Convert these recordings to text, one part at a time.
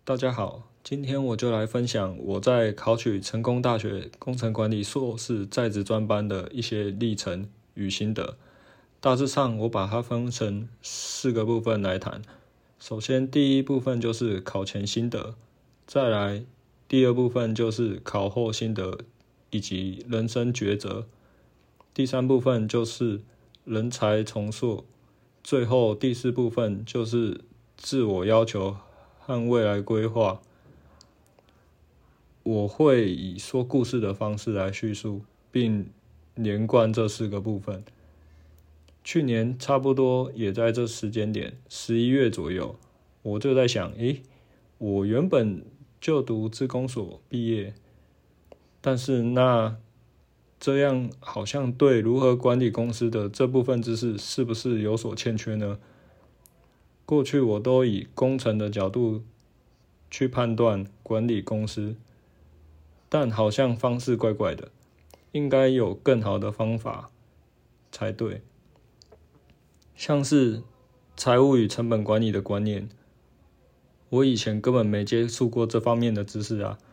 大家好，今天我就来分享我在考取成功大学工程管理硕士在职专班的一些历程与心得。大致上，我把它分成4个部分来谈。首先，第一部分就是考前心得，再来第二部分就是考后心得以及人生抉择，第三部分就是人才重塑，最后第4部分就是自我要求和未来规划。我会以说故事的方式来叙述，并连贯这4个部分。去年差不多也在这时间点，11月左右，我就在想，我原本就读资工所毕业，但是这样好像对如何管理公司的这部分知识是不是有所欠缺呢？过去我都以工程的角度去判断管理公司，但好像方式怪怪的，应该有更好的方法才对。像是财务与成本管理的观念，我以前根本没接触过这方面的知识啊。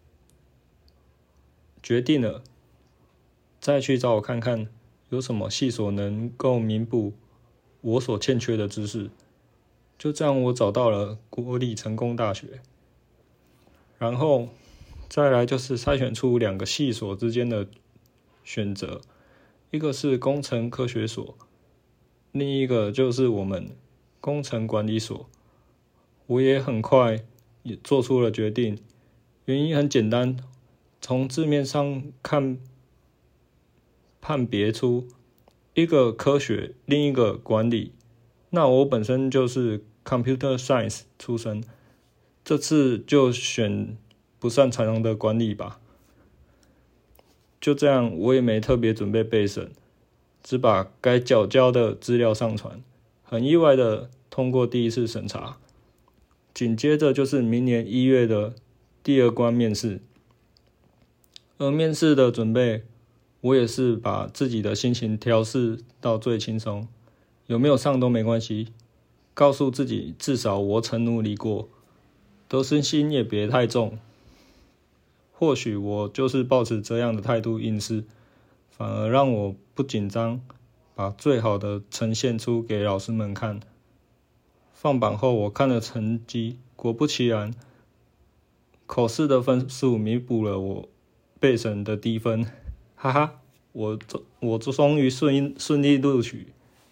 决定了再去找我看看有什么系所能够弥补我所欠缺的知识。就这样我找到了国立成功大学，然后再来就是筛选出2个系所之间的选择，一个是工程科学所，另一个就是我们工程管理所。我也很快也做出了决定，原因很简单，从字面上看判别出一个科学，另一个管理。那我本身就是 Computer Science 出身，这次就选不擅长的管理吧。就这样，我也没特别准备备审，只把该缴交的资料上传，很意外的通过第1次审查。紧接着就是明年1月的第2关面试，而面试的准备，我也是把自己的心情调试到最轻松，有没有上都没关系，告诉自己至少我曾努力过，得失心也别太重。或许我就是抱持这样的态度应试，反而让我不紧张，把最好的呈现出给老师们看。放榜后我看了成绩，果不其然，口试的分数弥补了我备审的低分，哈哈，我终于顺利录取。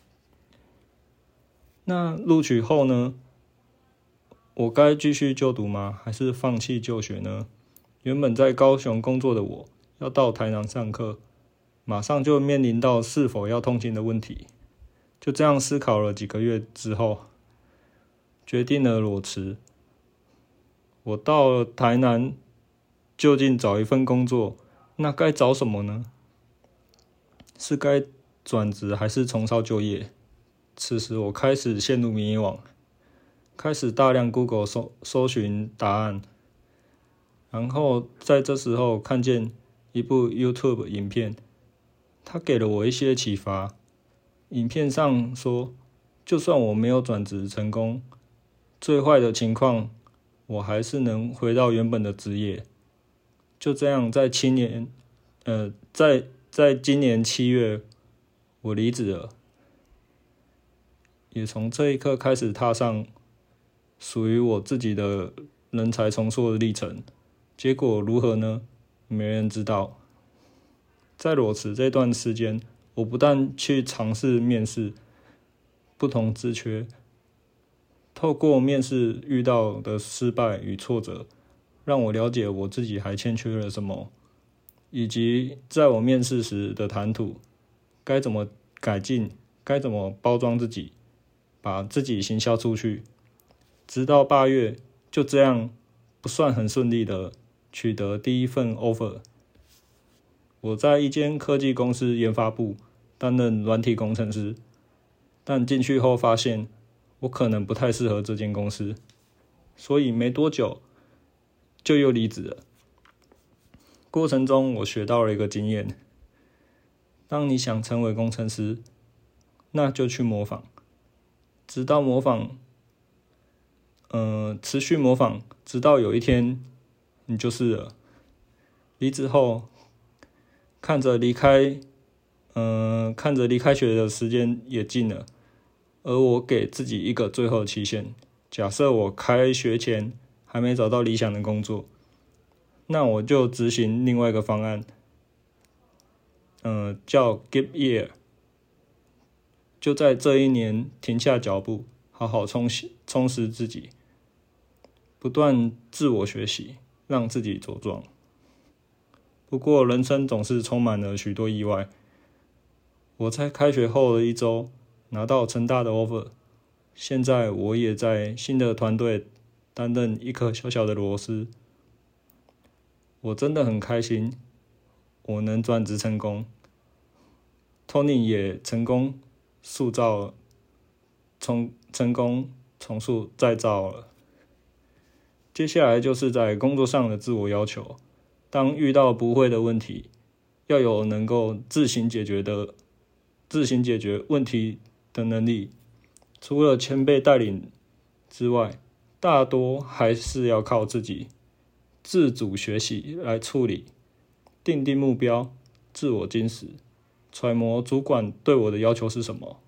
那录取后呢？我该继续就读吗？还是放弃就学呢？原本在高雄工作的我，要到台南上课，马上就面临到是否要通勤的问题。就这样思考了几个月之后，决定了裸辞。我到了台南，究竟找一份工作，那该找什么呢？是该转职还是重操旧业？此时我开始陷入迷惘，开始大量 Google 搜寻答案，然后在这时候看见一部 YouTube 影片，它给了我一些启发。影片上说，就算我没有转职成功，最坏的情况我还是能回到原本的职业。就这样在今年7月我离职了，也从这一刻开始踏上属于我自己的人才重塑的历程。结果如何呢？没人知道。在裸辞这段时间，我不但去尝试面试不同职缺，透过面试遇到的失败与挫折，让我了解我自己还欠缺了什么，以及在我面试时的谈吐该怎么改进，该怎么包装自己，把自己行销出去。直到8月，就这样不算很顺利的取得第1份 offer。我在一间科技公司研发部担任软体工程师，但进去后发现我可能不太适合这间公司，所以没多久就又离职了。过程中我学到了一个经验，当你想成为工程师，那就去模仿，直到模仿持续模仿，直到有一天你就是了。离职后，看着离开学的时间也近了，而我给自己一个最后的期限。假设我开学前还没找到理想的工作，那我就执行另外一个方案，叫 Gap Year， 就在这一年停下脚步，好好充实自己，不断自我学习，让自己茁壮。不过人生总是充满了许多意外，我在开学后的1周拿到成大的 offer， 现在我也在新的团队担任一颗小小的螺丝。我真的很开心，我能转职成功。Tony 也成功塑造，成功重塑再造了。接下来就是在工作上的自我要求，当遇到不会的问题，要有能够自行解决问题的能力。除了前辈带领之外，大多还是要靠自己自主学习来处理，定目标，自我精实，揣摩主管对我的要求是什么，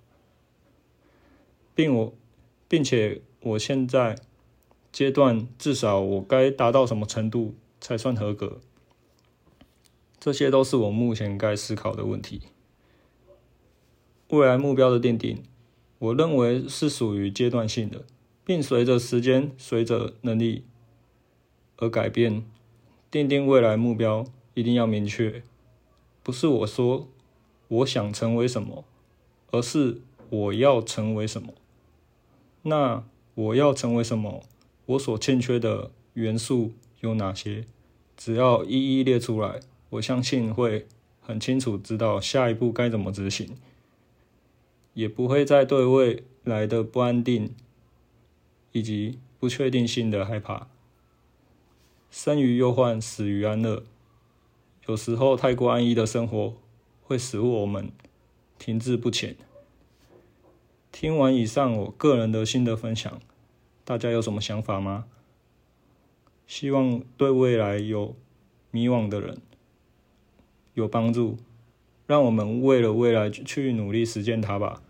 并且我现在阶段至少我该达到什么程度才算合格。这些都是我目前该思考的问题。未来目标的奠定，我认为是属于阶段性的，并随着时间、随着能力而改变。定未来目标一定要明确，不是我说我想成为什么，而是我要成为什么。那我要成为什么？我所欠缺的元素有哪些？只要一一列出来，我相信会很清楚知道下一步该怎么执行，也不会再对未来的不安定以及不确定性的害怕。生于忧患，死于安乐。有时候太过安逸的生活会使我们停滞不前。听完以上我个人的心得分享，大家有什么想法吗？希望对未来有迷惘的人有帮助，让我们为了未来去努力实践它吧。